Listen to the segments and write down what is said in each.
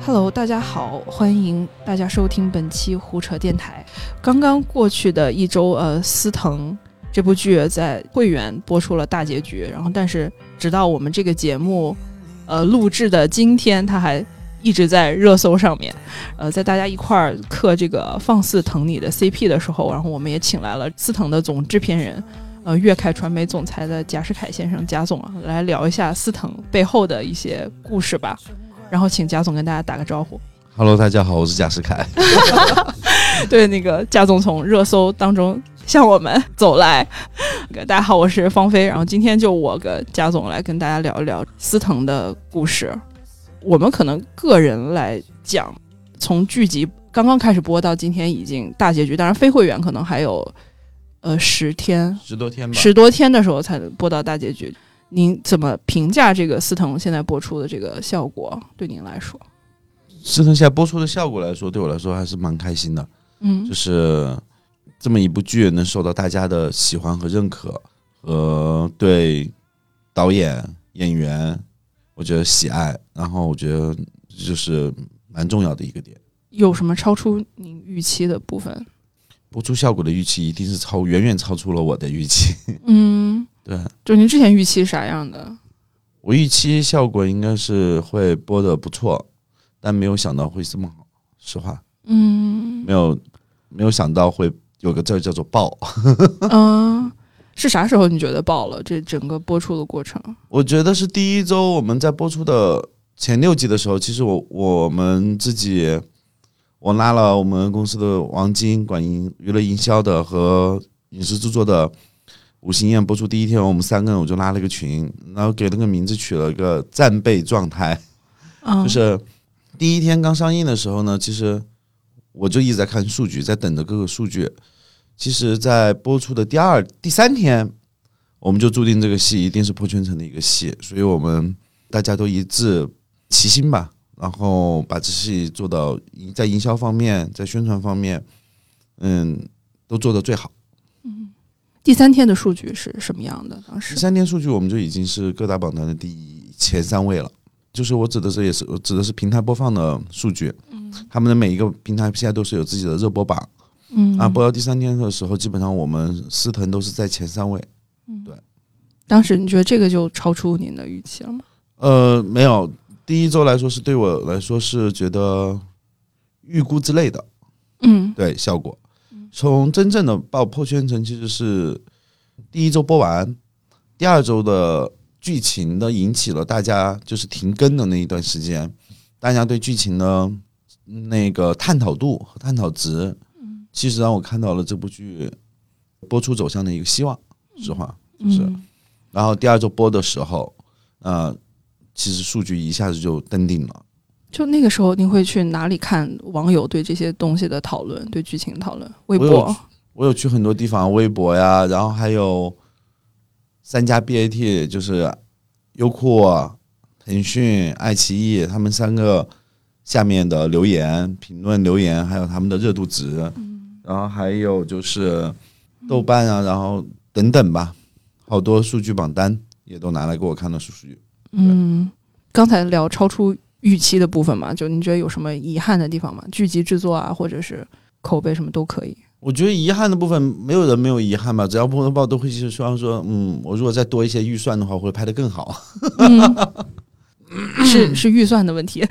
Hello， 大家好，欢迎大家收听本期胡扯电台。刚刚过去的一周，司藤这部剧在会员播出了大结局，然后但是直到我们这个节目录制的今天，它还一直在热搜上面。在大家一块儿嗑这个放肆疼你的 CP 的时候，然后我们也请来了司藤的总制片人粤凯传媒总裁的贾士凯先生贾总来聊一下司藤背后的一些故事吧。然后请贾总跟大家打个招呼。 Hello， 大家好，我是贾士凯。 对，那个贾总从热搜当中向我们走来。大家好，我是芳菲。然后今天就我跟贾总来跟大家聊一聊司藤的故事。我们可能个人来讲，从剧集刚刚开始播到今天已经大结局，当然非会员可能还有10多天的时候才播到大结局。您怎么评价这个司藤现在播出的这个效果？对您来说， 司藤现在播出的效果来说，对我来说还是蛮开心的。就是这么一部剧能受到大家的喜欢和认可，和对导演、演员，我觉得喜爱，然后我觉得就是蛮重要的一个点。 有什么超出您预期的部分？ 播出效果的预期一定是远远超出了我的预期。对， 就您之前预期啥样的？ 我预期效果应该是会播得不错，但没有想到会这么好，实话。没有想到会有个字叫做爆。 是啥时候你觉得爆了？这整个播出的过程， 我觉得是第一周我们在播出的前6集的时候，其实我们自己，我拉了我们公司的王晶管娱乐营销的和影视制作的五星宴播出第一天，我们3个人我就拉了一个群，然后给那个名字取了个战备状态。就是第一天刚上映的时候呢，其实我就一直在看数据，在等着各个数据。其实在播出的第3天，我们就注定这个戏一定是破圈层的一个戏，所以我们大家都一致齐心吧，然后把这戏做到在营销方面，在宣传方面都做得最好。 第3天的数据是什么样的？当时第3天数据我们就已经是各大榜单的前3位了。就是我指的是平台播放的数据。他们的每一个平台现在都是有自己的热播榜。播到第3天的时候，基本上我们司藤都是在前3位。对。 当时你觉得这个就超出您的预期了吗？ 没有，第一周来说是对我来说是觉得预估之类的。对，效果。从真正的爆破圈层，其实是第一周播完，第2周的剧情的引起了大家就是停更的那一段时间，大家对剧情的那个探讨度和探讨值，其实让我看到了这部剧播出走向的一个希望，实话是。然后第2周播的时候，其实数据一下子就登顶了。 就那个时候，您会去哪里看网友对这些东西的讨论，对剧情讨论？微博？ 我有去很多地方，微博呀，然后还有3家 BAT， 就是优酷、腾讯、爱奇艺，他们3个下面的留言、评论留言，还有他们的热度值，然后还有就是豆瓣啊，然后等等吧，好多数据榜单也都拿来给我看的数据。 刚才聊超出预期的部分嘛，就你觉得有什么遗憾的地方吗？剧集制作啊，或者是口碑什么都可以。 我觉得遗憾的部分，没有人没有遗憾吧，只要播报都会希望说，我如果再多一些预算的话，我会拍得更好。 是预算的问题。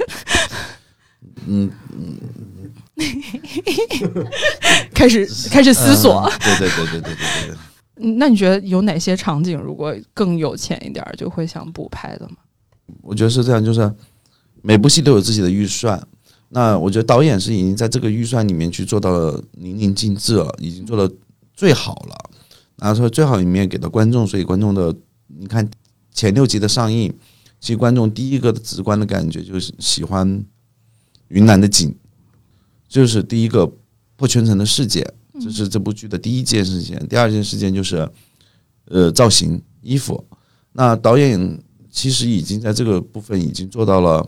开始思索。 对。 那你觉得有哪些场景如果更有钱一点就会想补拍的吗？ 我觉得是这样，就是每部戏都有自己的预算，那我觉得导演是已经在这个预算里面去做到了淋漓尽致了，已经做到最好了，然后最好里面给到观众，所以观众的你看前6集的上映，其实观众第一个直观的感觉就是喜欢云南的景，就是第一个破圈层的事件，这是这部剧的第一件事情。第2件事件就是造型衣服，那导演其实已经在这个部分已经做到了，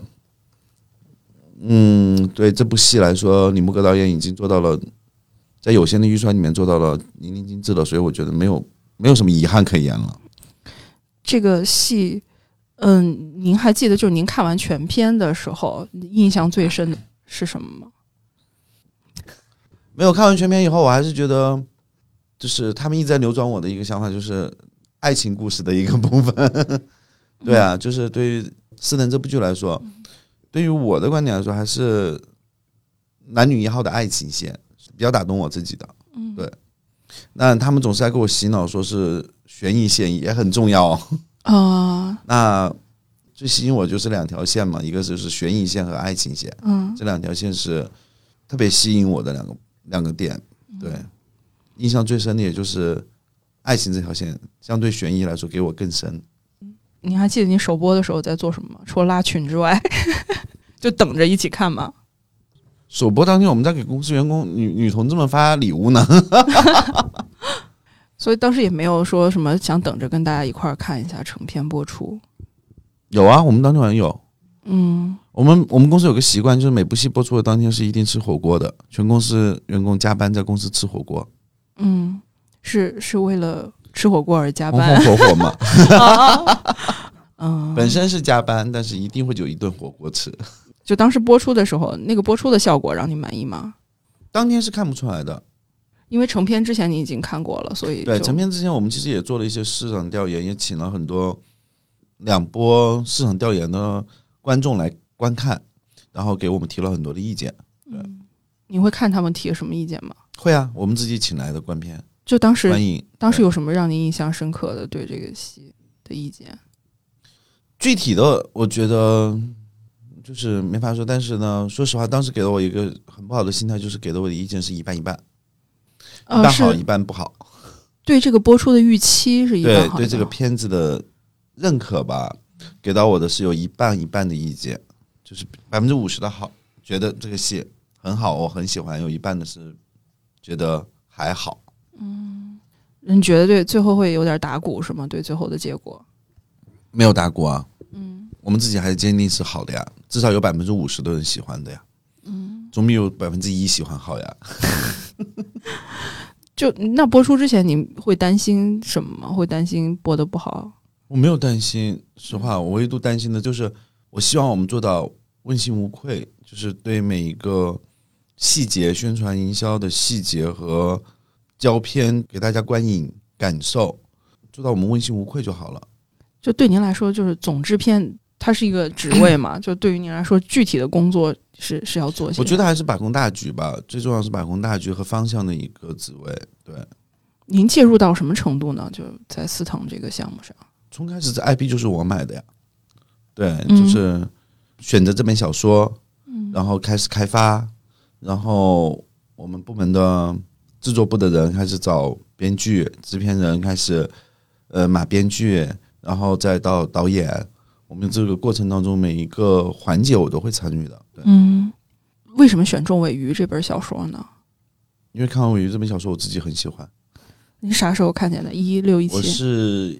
对这部戏来说，李木格导演已经做到了在有限的预算里面做到了淋漓尽致了，所以我觉得没有什么遗憾可言了。 这个戏您还记得就是您看完全片的时候印象最深的是什么吗？ 没有，看完全片以后，我还是觉得，就是他们一直在扭转我的一个想法，就是爱情故事的一个部分。对啊，就是对于《斯腾》这部剧来说，对于我的观点来说，还是男女一号的爱情线比较打动我自己的。对。那他们总是在给我洗脑，说是悬疑线也很重要啊。那最吸引我就是两条线嘛，一个就是悬疑线和爱情线。这两条线是特别吸引我的两个点。对，印象最深的也就是爱情这条线，相对悬疑来说给我更深。 你还记得你首播的时候在做什么吗？除了拉群之外，就等着一起看吗？ 首播当天，我们在给公司员工女同志们发礼物呢。 所以当时也没有说什么想等着跟大家一块儿看一下成片播出。 有啊，我们当天晚上有。我们公司有个习惯，就是每部戏播出的当天是一定吃火锅的，全公司员工加班在公司吃火锅。 是为了吃火锅而加班， 红红火火嘛。本身是加班，但是一定会有一顿火锅吃。 就当时播出的时候，那个播出的效果让你满意吗？ 当天是看不出来的， 因为成片之前你已经看过了，所以对成片之前我们其实也做了一些市场调研，也请了很多两波市场调研的观众来观看，然后给我们提了很多的意见。对， 你会看他们提什么意见吗？ 会啊，我们自己请来的观片。 就当时观有什么让你印象深刻的对这个戏的意见？ 具体的我觉得就是没法说，但是呢，说实话，当时给了我一个很不好的心态，就是给了我的意见是一半一半，一半好，一半不好。 对这个播出的预期是一半好， 对这个片子的认可吧，给到我的是有一半一半的意见，就是50%的好，觉得这个戏很好，我很喜欢；有一半的是觉得还好。 你觉得对最后会有点打鼓是吗？对最后的结果没有打鼓啊。我们自己还是坚定是好的呀，至少有50%的人喜欢的呀。总比有1%喜欢好呀。 就那播出之前你会担心什么吗？会担心播得不好？ 我没有担心，实话，我唯独担心的就是我希望我们做到问心无愧，就是对每一个细节、宣传营销的细节和胶片给大家观影感受做到我们问心无愧就好了。 就对您来说，就是总制片它是一个职位嘛，就对于您来说具体的工作是要做些。 我觉得还是把控大局吧，最重要是把控大局和方向的一个职位。对， 您介入到什么程度呢？就在斯腾这个项目上， 从开始这 IP 就是我买的呀。对，就是选择这本小说，然后开始开发，然后我们部门的制作部的人开始找编剧、制片人，开始码编剧，然后再到导演。我们这个过程当中每一个环节我都会参与的。对， 为什么选中《尾鱼》这本小说呢？ 因为看完《尾鱼》这本小说，我自己很喜欢。 你啥时候看见的？16、17？ 我是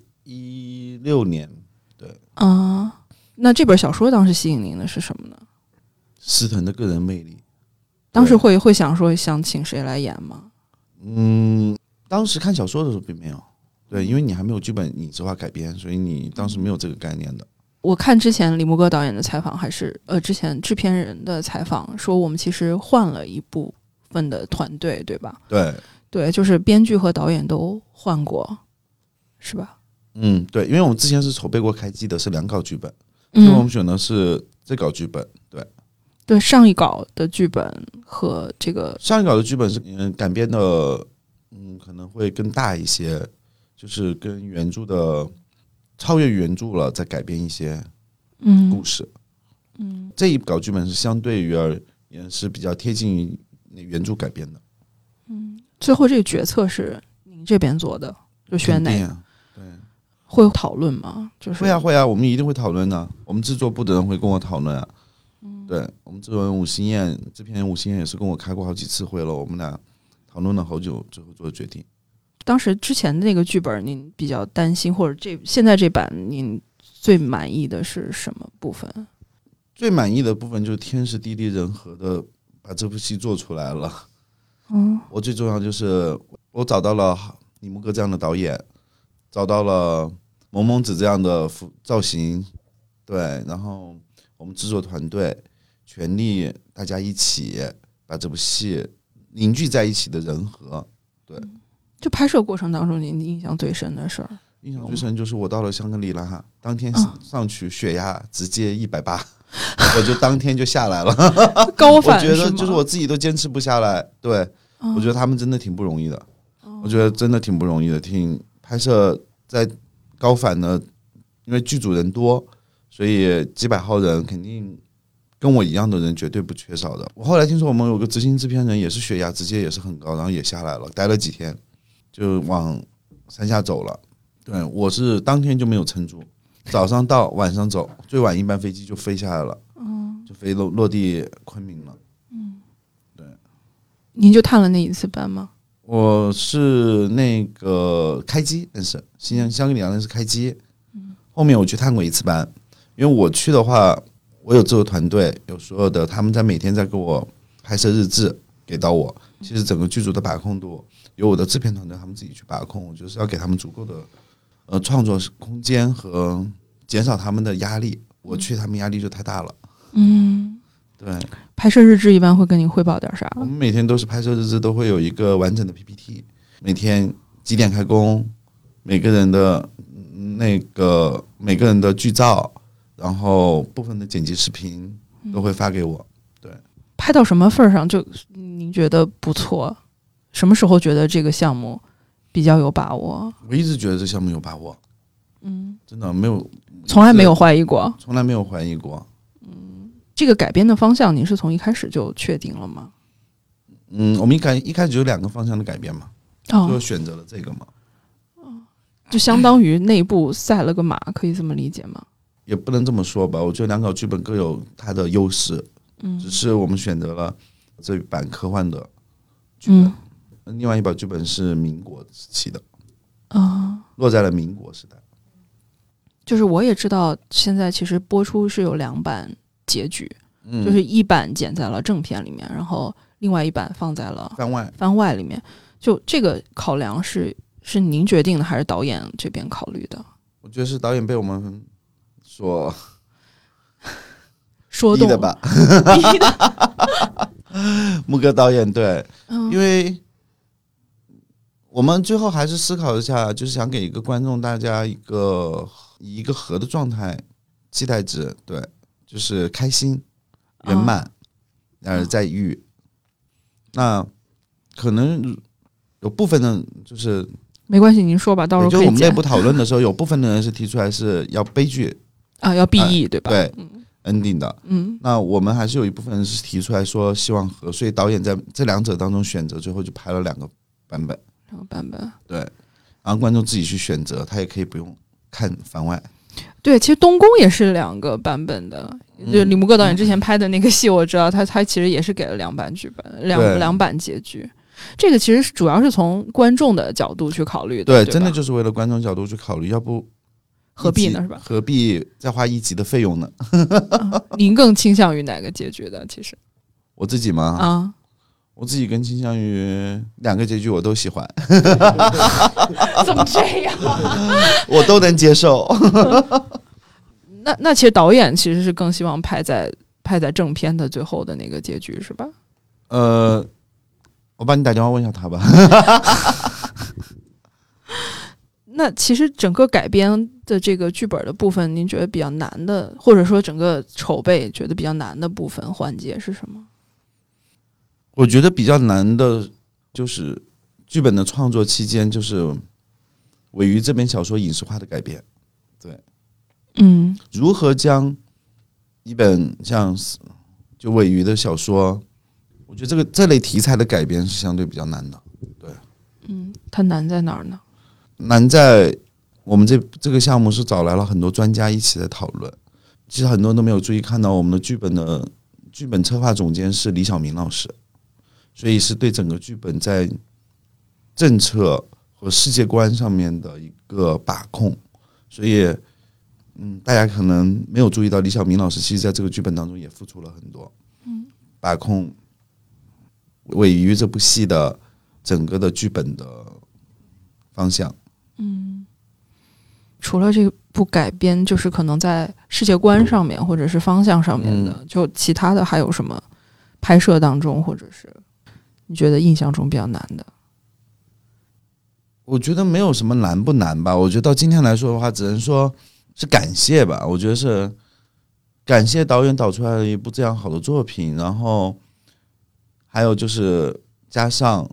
16年。对。 那这本小说当时吸引您的是什么呢？ 斯腾的个人魅力。 当时会想说想请谁来演吗？ 当时看小说的时候并没有。对，因为你还没有剧本影视化改编，所以你当时没有这个概念的。 我看之前李牧哥导演的采访，还是之前制片人的采访，说我们其实换了一部分的团队，对吧？对，就是编剧和导演都换过，是吧？ 对，因为我们之前是筹备过开机的，是2稿剧本，所以我们选的是这稿剧本。 对，上一稿的剧本和这个上一稿的剧本是改编的，可能会更大一些，就是跟原著的超越原著了，再改编一些故事。这一稿剧本是相对于而言是比较贴近于原著改编的。 最后这个决策是您这边做的，就选哪个？ 对， 会讨论吗？就是会啊，我们一定会讨论的。我们制作部的人会跟我讨论啊。对，我们制作人武兴燕，制片人武兴燕也是跟我开过好几次会了，我们俩讨论了好久，最后做的决定。 当时之前的那个剧本，您比较担心，或者现在这版您最满意的是什么部分？ 最满意的部分就是天时地利人和的把这部戏做出来了。我最重要就是我找到了李牧哥这样的导演，找到了萌萌子这样的造型对，然后我们制作团队全力大家一起把这部戏凝聚在一起的人和。对， 就拍摄过程当中，您印象最深的事儿？ 印象最深就是我到了香格里拉，当天上去血压直接180，我就当天就下来了。 高反， 我觉得就是我自己都坚持不下来。对，我觉得他们真的挺不容易的。我觉得真的挺不容易的，拍摄在高反呢，因为剧组人多，所以几百号人肯定跟我一样的人绝对不缺少的。我后来听说我们有个执行制片人也是血压直接也是很高，然后也下来了，待了几天就往山下走了。对，我是当天就没有撑住，早上到晚上走，最晚一班飞机就飞下来了，就飞落地昆明了。对。 您就探了那一次班吗？ 我是那个开机，但是香格里拉那是开机，后面我去探过一次班，因为我去的话，我有制作团队，有所有的他们在每天在给我拍摄日志给到我，其实整个剧组的把控度由我的制片团队他们自己去把控，我就是要给他们足够的创作空间和减少他们的压力，我去他们压力就太大了。对。 拍摄日志一般会跟您汇报点啥？ 我们每天都是拍摄日志，都会有一个完整的 PPT， 每天几点开工，每个人的剧照，然后部分的剪辑视频都会发给我。对， 拍到什么份儿上就您觉得不错？什么时候觉得这个项目比较有把握？ 我一直觉得这项目有把握，真的没有， 从来没有怀疑过， 从来没有怀疑过。 这个改编的方向，您是从一开始就确定了吗？ 我们一开始就有2个方向的改编嘛，就选择了这个嘛。 就相当于内部赛了个马，可以这么理解吗？ 也不能这么说吧，我觉得2稿剧本各有它的优势，只是我们选择了这版科幻的剧本，另外一版剧本是民国时期的，落在了民国时代。 就是我也知道，现在其实播出是有2版结局，就是一版剪在了正片里面，然后另外一版放在了番外里面。就这个考量是您决定的，还是导演这边考虑的？ 我觉得是导演被我们说动的吧， 逼的。 木哥导演对，因为我们最后还是思考一下，就是想给一个观众大家以一个和的状态期待值，对。就是开心、圆满，在遇。那可能有部分的，就是没关系，您说吧，到时候可以就我们内部讨论的时候，有部分的人是提出来是要悲剧要 BE 对吧？ 对，ending 的。那我们还是有一部分人是提出来说希望和，所以导演在这2者当中选择，最后就拍了2个版本。对，然后观众自己去选择，他也可以不用看番外。对， 其实东宫也是2个版本的，就李木哥导演之前拍的那个戏，我知道他其实也是给了2版剧本，两版结局。这个其实主要是从观众的角度去考虑的，对， 真的就是为了观众角度去考虑，要不何必呢？是吧？ 何必再花1集的费用呢？ 您更倾向于哪个结局的？其实我自己吗？我自己更倾向于2个结局我都喜欢。 怎么这样？ 我都能接受。 那其实导演其实是更希望拍在正片的最后的那个结局，是吧？ 我帮你打电话问一下他吧。 那其实整个改编的这个剧本的部分，您觉得比较难的，或者说整个筹备觉得比较难的部分环节是什么？ 我觉得比较难的就是剧本的创作期间，就是尾鱼这本小说影视化的改编。对，如何将一本像就尾鱼的小说，我觉得这类题材的改编是相对比较难的。对， 它难在哪儿呢？ 难在我们这个项目是找来了很多专家一起在讨论，其实很多人都没有注意看到，我们的剧本策划总监是李晓明老师。所以是对整个剧本在政策和世界观上面的一个把控，所以大家可能没有注意到李晓明老师其实在这个剧本当中也付出了很多，把控尾鱼这部戏的整个的剧本的方向。 除了这部改编，就是可能在世界观上面或者是方向上面的，就其他的还有什么拍摄当中，或者是你觉得印象中比较难的？ 我觉得没有什么难不难吧，我觉得到今天来说的话，只能说是感谢吧。我觉得是感谢导演导出来了一部这样好的作品，然后还有就是加上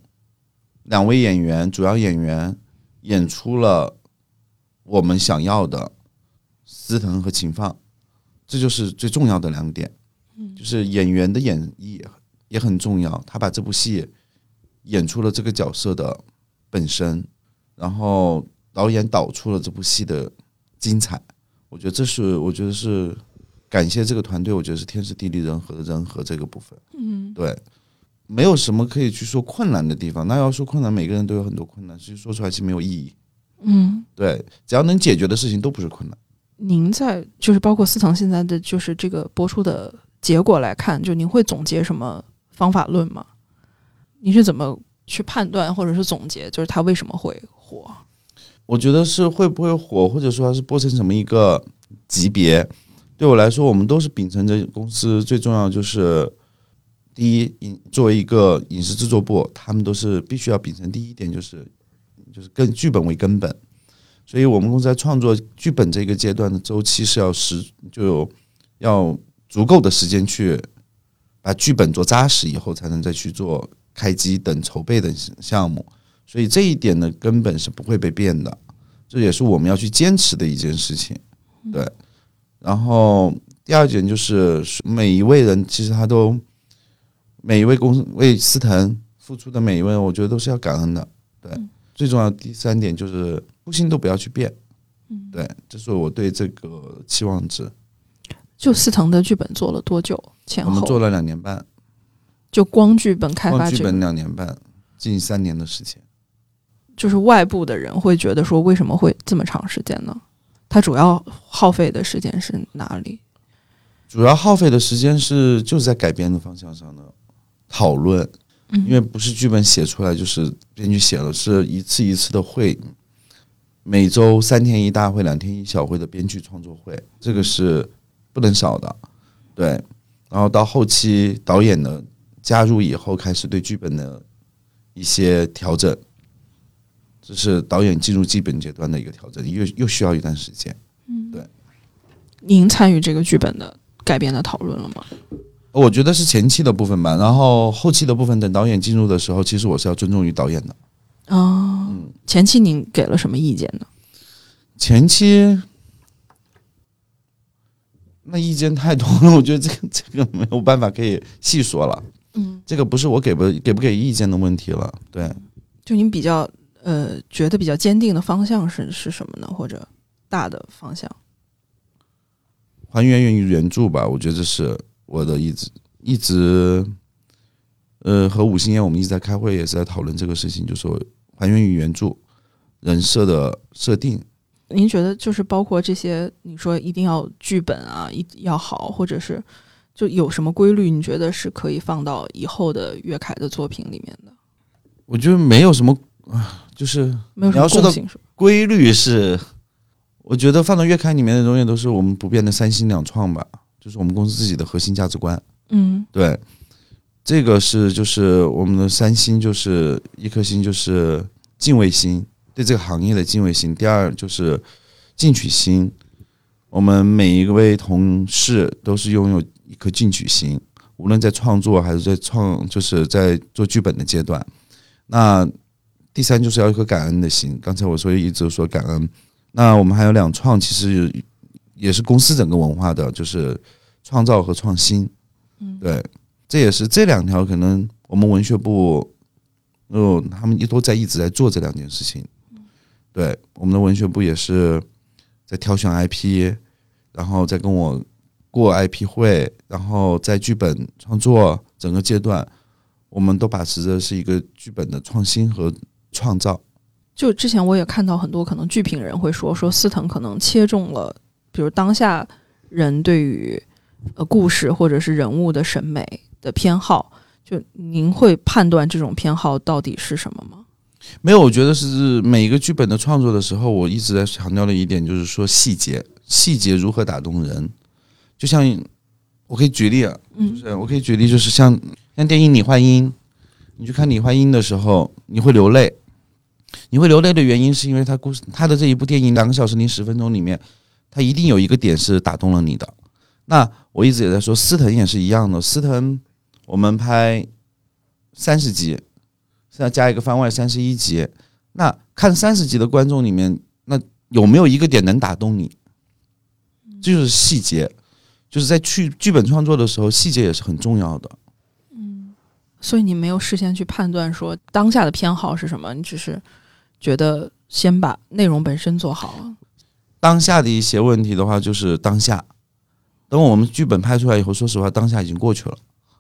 2位演员，主要演员演出了我们想要的司藤和秦放，这就是最重要的2点。就是演员的演绎也很重要，他把这部戏演出了这个角色的本身，然后导演导出了这部戏的精彩。我觉得是感谢这个团队，我觉得是天时地利人和的人和这个部分。对，没有什么可以去说困难的地方。那要说困难，每个人都有很多困难，其实说出来其实没有意义。对，只要能解决的事情都不是困难。 您在就是包括司藤现在的就是这个播出的结果来看，就您会总结什么方法论吗？你是怎么去判断或者是总结，就是它为什么会火？ 我觉得是会不会火，或者说它是播成什么一个级别。对我来说，我们都是秉承着公司最重要的就是第一，作为一个影视制作部，他们都是必须要秉承第一点，就是跟剧本为根本。所以我们公司在创作剧本这个阶段的周期是要足够的时间去把剧本做扎实以后，才能再去做开机等筹备的项目。所以这一点的根本是不会被变的，这也是我们要去坚持的一件事情。对，然后第二点就是每一位人其实每一位公司为司藤付出的每一位，我觉得都是要感恩的。对，最重要的第3点就是初心都不要去变。对，这是我对这个期望值。 就司藤的剧本做了多久？前后我们做了2年半， 就光剧本开发， 光剧本2年半，近3年的时间。 就是外部的人会觉得说，为什么会这么长时间呢？它主要耗费的时间是哪里？ 主要耗费的时间就是在改编的方向上的讨论，因为不是剧本写出来就是编剧写了，是一次一次的会，每周3天1大会2天1小会的编剧创作会，这个是不能少的。对，然后到后期导演的加入以后，开始对剧本的一些调整，这是导演进入基本阶段的一个调整，又需要一段时间。对。 您参与这个剧本的改编的讨论了吗？ 我觉得是前期的部分吧，然后后期的部分等导演进入的时候，其实我是要尊重于导演的。 前期您给了什么意见呢？ 前期那意见太多了，我觉得这个没有办法可以细说了。这个不是我给不给意见的问题了。对， 就您比较觉得比较坚定的方向是什么呢？或者大的方向？ 还原原著吧，我觉得这是我的一直和五星爷我们一直在开会，也是在讨论这个事情，就是说还原于原著人设的设定。 您觉得就是包括这些，你说一定要剧本啊要好，或者是就有什么规律，你觉得是可以放到以后的岳凯的作品里面的？ 我觉得没有什么，就是没有什么共性。 规律是，我觉得放到岳凯里面的永远都是我们不变的3星2创吧，就是我们公司自己的核心价值观。对，这个是就是我们的3星，就是1颗星就是敬畏心，对这个行业的敬畏心；第2就是进取心，我们每一位同事都是拥有一颗进取心，无论在创作还是就是在做剧本的阶段。那第3就是要一颗感恩的心，刚才我一直说感恩。那我们还有2创，其实也是公司整个文化的，就是创造和创新。对，这也是这2条可能我们文学部他们都一直在做这2件事情。对，我们的文学部也是在挑选 IP， 然后再跟我过 IP 会，然后在剧本创作整个阶段，我们都把持着是一个剧本的创新和创造。 就之前我也看到很多可能剧评人会说司藤可能切中了比如当下人对于故事或者是人物的审美的偏好，就您会判断这种偏好到底是什么吗？ 没有，我觉得是每一个剧本的创作的时候，我一直在强调的一点就是说细节如何打动人。就像我可以举例，就是像电影《李焕英》，你去看《李焕英》的时候，你会流泪。你会流泪的原因是因为他的这一部电影2个小时010分钟里面，他一定有一个点是打动了你的。那我一直也在说，司藤也是一样的。司藤我们拍30集，现在加一个番外31集，那看30集的观众里面，那有没有一个点能打动你？这就是细节，就是在剧本创作的时候，细节也是很重要的。 所以你没有事先去判断说当下的偏好是什么，你只是觉得先把内容本身做好。 当下的一些问题的话，就是当下，等我们剧本拍出来以后，说实话，当下已经过去了。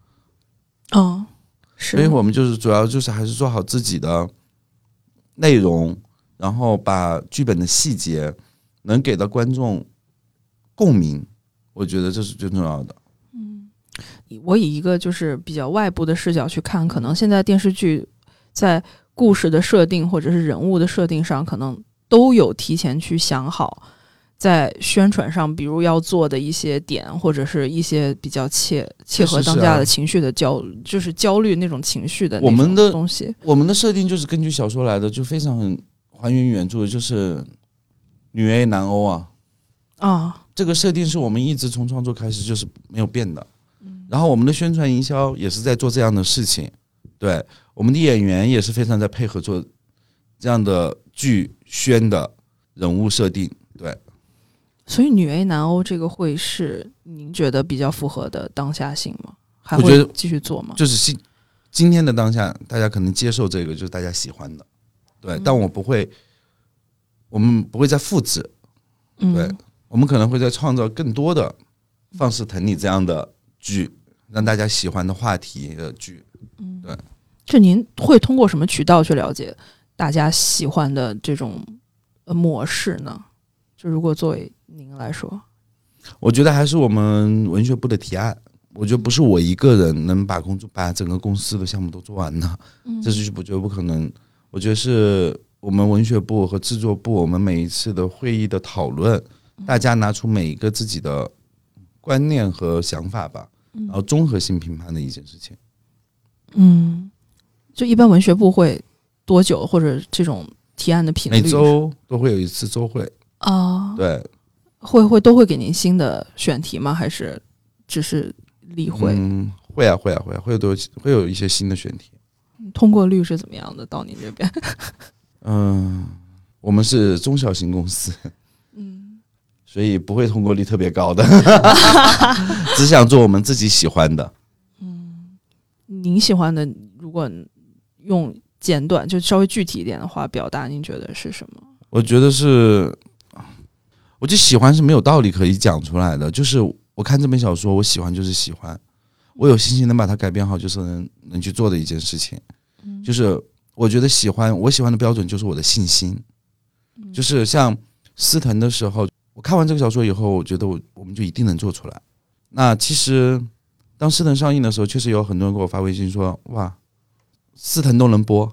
是。 所以我们就是主要就是还是做好自己的内容，然后把剧本的细节能给到观众共鸣，我觉得这是最重要的。 我以一个就是比较外部的视角去看，可能现在电视剧在故事的设定或者是人物的设定上，可能都有提前去想好，在宣传上比如要做的一些点，或者是一些比较切合当下的情绪的就是焦虑那种情绪的那种东西。 我们的设定就是根据小说来的，就非常还原原著，就是女 A 男 O 这个设定是我们一直从创作开始就是没有变的。然后我们的宣传营销也是在做这样的事情，对，我们的演员也是非常在配合做这样的剧宣的人物设定，对。 所以女 A 男 O 这个会是您觉得比较符合的当下性吗？还会继续做吗？ 就是今天的当下，大家可能接受这个就是大家喜欢的，对。但我们不会再复制，对，我们可能会再创造更多的放肆疼你这样的剧，让大家喜欢的话题的剧，对。 就您会通过什么渠道去了解大家喜欢的这种模式呢？就如果作为您来说， 我觉得还是我们文学部的提案。我觉得不是我一个人能把整个公司的项目都做完的，这是我觉得不可能。我觉得是我们文学部和制作部，我们每一次的会议的讨论，大家拿出每一个自己的观念和想法吧，然后综合性评判的一件事情。 就一般文学部会多久，或者这种提案的频率？ 每周都会有一次周会对， 都会给您新的选题吗？还是只是例会？ 会有一些新的选题。 通过率是怎么样的？到您这边？ 我们是中小型公司，所以不会通过率特别高的，只想做我们自己喜欢的。 您喜欢的，如果用简短就稍微具体一点的话表达，您觉得是什么？我觉得喜欢是没有道理可以讲出来的，就是我看这本小说，我喜欢就是喜欢，我有信心能把它改编好，就是能去做的一件事情。就是我觉得我喜欢的标准就是我的信心。就是像司藤的时候，我看完这个小说以后，我觉得我们就一定能做出来。那其实当司藤上映的时候，确实有很多人给我发微信说，哇，司藤都能播。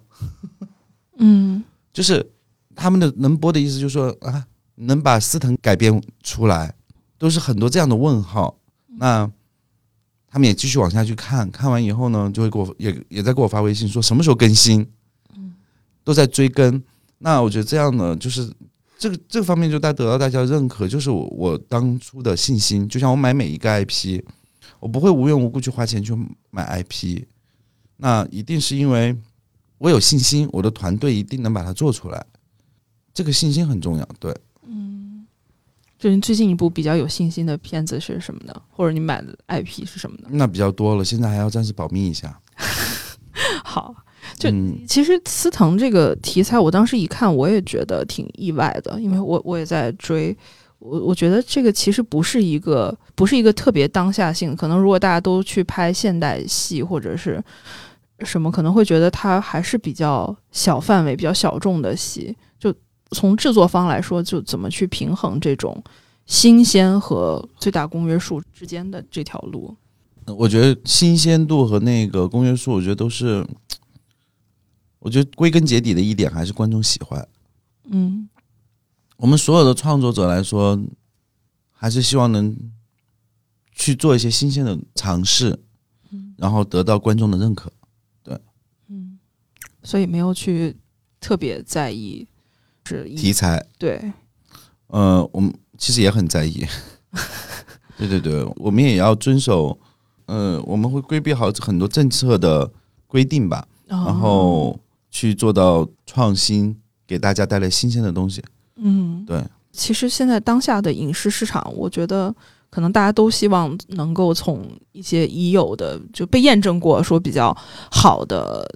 就是他们的能播的意思就是说能把司藤改编出来，都是很多这样的问号。那他们也继续往下去看完以后呢，就会给我也在给我发微信说什么时候更新，都在追更。那我觉得这样呢，就是这个方面就得到大家的认可，就是我当初的信心。就像我买每一个 IP， 我不会无缘无故去花钱去买 IP， 那一定是因为我有信心，我的团队一定能把它做出来，这个信心很重要。对。 就你最近一部比较有信心的片子是什么呢？或者你买的 IP 是什么呢？ 那比较多了，现在还要暂时保密一下。 好，就其实司藤这个题材，我当时一看，我也觉得挺意外的，因为我也在追。我觉得这个其实不是一个特别当下性，可能如果大家都去拍现代戏或者是什么，可能会觉得它还是比较小范围、比较小众的戏。就从制作方来说，就怎么去平衡这种新鲜和最大公约数之间的这条路？ 我觉得新鲜度和那个公约数，我觉得都是我觉得归根结底的一点还是观众喜欢。我们所有的创作者来说，还是希望能去做一些新鲜的尝试，然后得到观众的认可。对， 所以没有去特别在意是题材。 对， 我们其实也很在意。对对对，我们也要遵守，我们会规避好很多政策的规定吧，然后去做到创新，给大家带来新鲜的东西。对。 其实现在当下的影视市场，我觉得可能大家都希望能够从一些已有的就被验证过说比较好的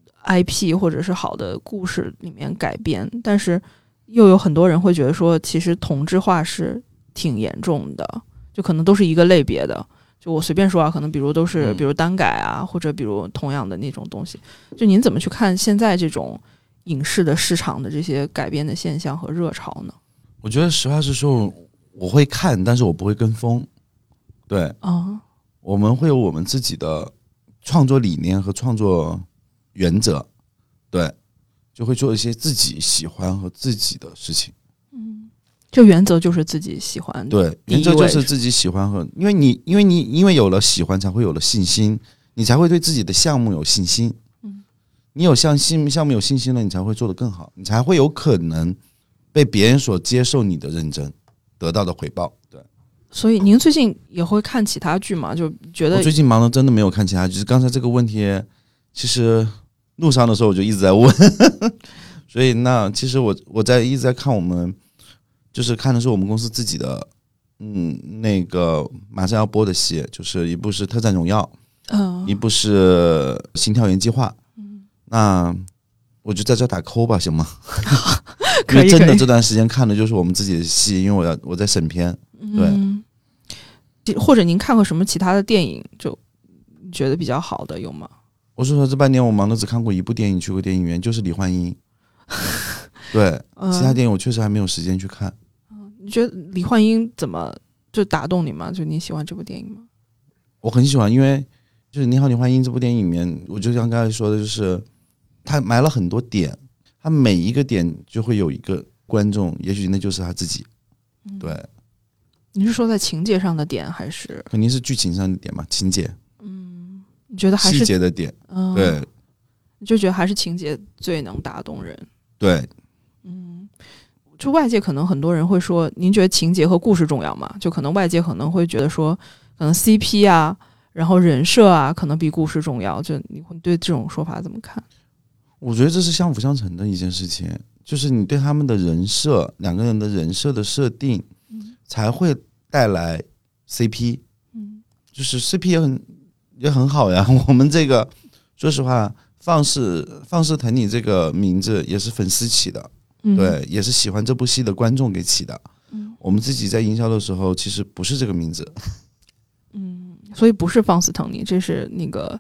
IP 或者是好的故事里面改编，但是又有很多人会觉得说，其实同质化是挺严重的，就可能都是一个类别的。就我随便说啊，可能比如都是比如单改啊，或者比如同样的那种东西。就您怎么去看现在这种影视的市场的这些改编的现象和热潮呢？ 我觉得实话实说，我会看，但是我不会跟风。对，我们会有我们自己的创作理念和创作原则，对，就会做一些自己喜欢和自己的事情。 这原则就是自己喜欢， 对，原则就是自己喜欢和，因为有了喜欢，才会有了信心，你才会对自己的项目有信心。你有项目有信心了，你才会做得更好，你才会有可能被别人所接受你的认真，得到的回报。对， 所以您最近也会看其他剧吗？就觉得我最近忙的真的没有看其他剧，就是刚才这个问题，其实路上的时候我就一直在问，所以那其实我一直在看我们，就是看的是我们公司自己的，那个马上要播的戏，就是一部是《特战荣耀》，一部是《心跳员计划》。那我就在这打扣吧，行吗？因为真的这段时间看的就是我们自己的戏，因为我在审片。 对，或者您看过什么其他的电影，就觉得比较好的有吗？ 我说这半年我忙的只看过一部电影，去过电影院，就是《李焕英》。对，其他电影我确实还没有时间去看。 你觉得李焕英怎么就打动你吗？就你喜欢这部电影吗？ 我很喜欢，因为就是《你好，李焕英》这部电影里面，我就像刚才说的，就是他埋了很多点，他每一个点就会有一个观众，也许那就是他自己。对， 你是说在情节上的点，还是肯定是剧情上的点嘛？情节， 你觉得还是细节的点？对， 你就觉得还是情节最能打动人？ 对， 就外界可能很多人会说，您觉得情节和故事重要吗？就可能外界可能会觉得说，可能 CP 啊，然后人设啊，可能比故事重要。就你会对这种说法怎么看？ 我觉得这是相辅相成的一件事情，就是你对他们的人设，两个人的人设的设定，才会带来 CP。就是 CP 也很好呀。我们这个说实话，放肆疼你这个名字也是粉丝起的，对，也是喜欢这部戏的观众给起的。我们自己在营销的时候，其实不是这个名字。 所以不是放肆疼你，这是那个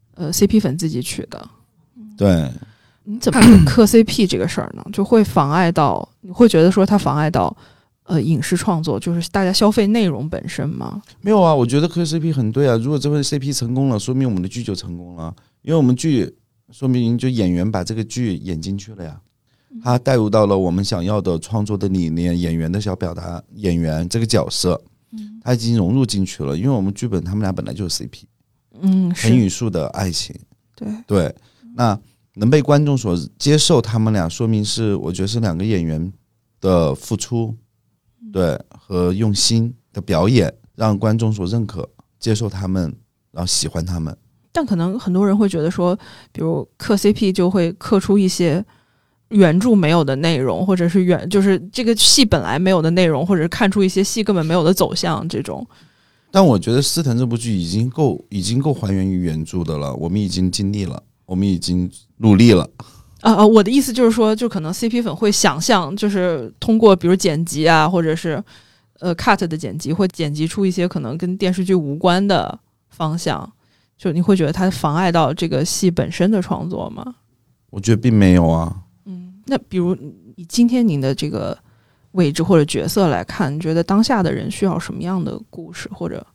CP 粉自己取的。 对， 你怎么看磕 CP 这个事儿呢？就会妨碍到，你会觉得说它妨碍到影视创作，就是大家消费内容本身吗？ 没有啊，我觉得磕 CP 很对啊。如果这份 CP 成功了，说明我们的剧就成功了，因为我们剧说明就演员把这个剧演进去了呀，他带入到了我们想要的创作的理念，演员的小表达，演员这个角色，他已经融入进去了。因为我们剧本他们俩本来就是 CP，陈语素的爱情，对，那能被观众所接受，他们俩说明是我觉得是两个演员的付出，对，和用心的表演，让观众所认可，接受他们，然后喜欢他们。 但可能很多人会觉得说，比如磕 CP 就会磕出一些原著没有的内容，或者是就是这个戏本来没有的内容，或者是看出一些戏根本没有的走向这种。 但我觉得《司藤》这部剧已经够还原于原著的了，我们已经尽力了，我们已经努力了。 我的意思就是说，就可能 CP 粉会想象，就是通过比如剪辑啊，或者是cut 的剪辑，会剪辑出一些可能跟电视剧无关的方向，就你会觉得它妨碍到这个戏本身的创作吗？ 我觉得并没有啊。 那比如以今天您的这个位置或者角色来看，你觉得当下的人需要什么样的故事，或者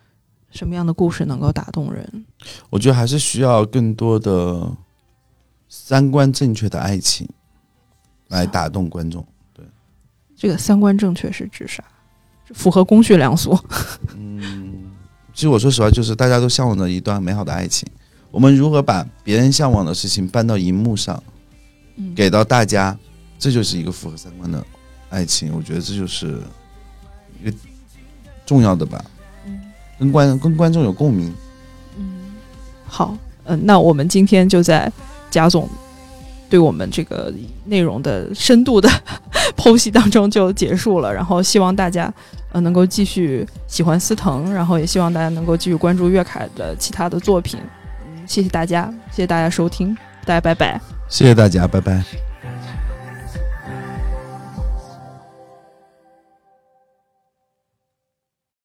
什么样的故事能够打动人？ 我觉得还是需要更多的三观正确的爱情来打动观众。对， 这个三观正确是指啥？符合公序良俗。 其实我说实话，就是大家都向往着一段美好的爱情，我们如何把别人向往的事情搬到荧幕上，给到大家，这就是一个符合三观的爱情。我觉得这就是一个重要的吧，跟观众有共鸣。 好，那我们今天就在贾总对我们这个内容的深度的剖析当中就结束了，然后希望大家能够继续喜欢司藤，然后也希望大家能够继续关注岳凯的其他的作品。谢谢大家，谢谢大家收听，大家拜拜。 谢谢大家，拜拜。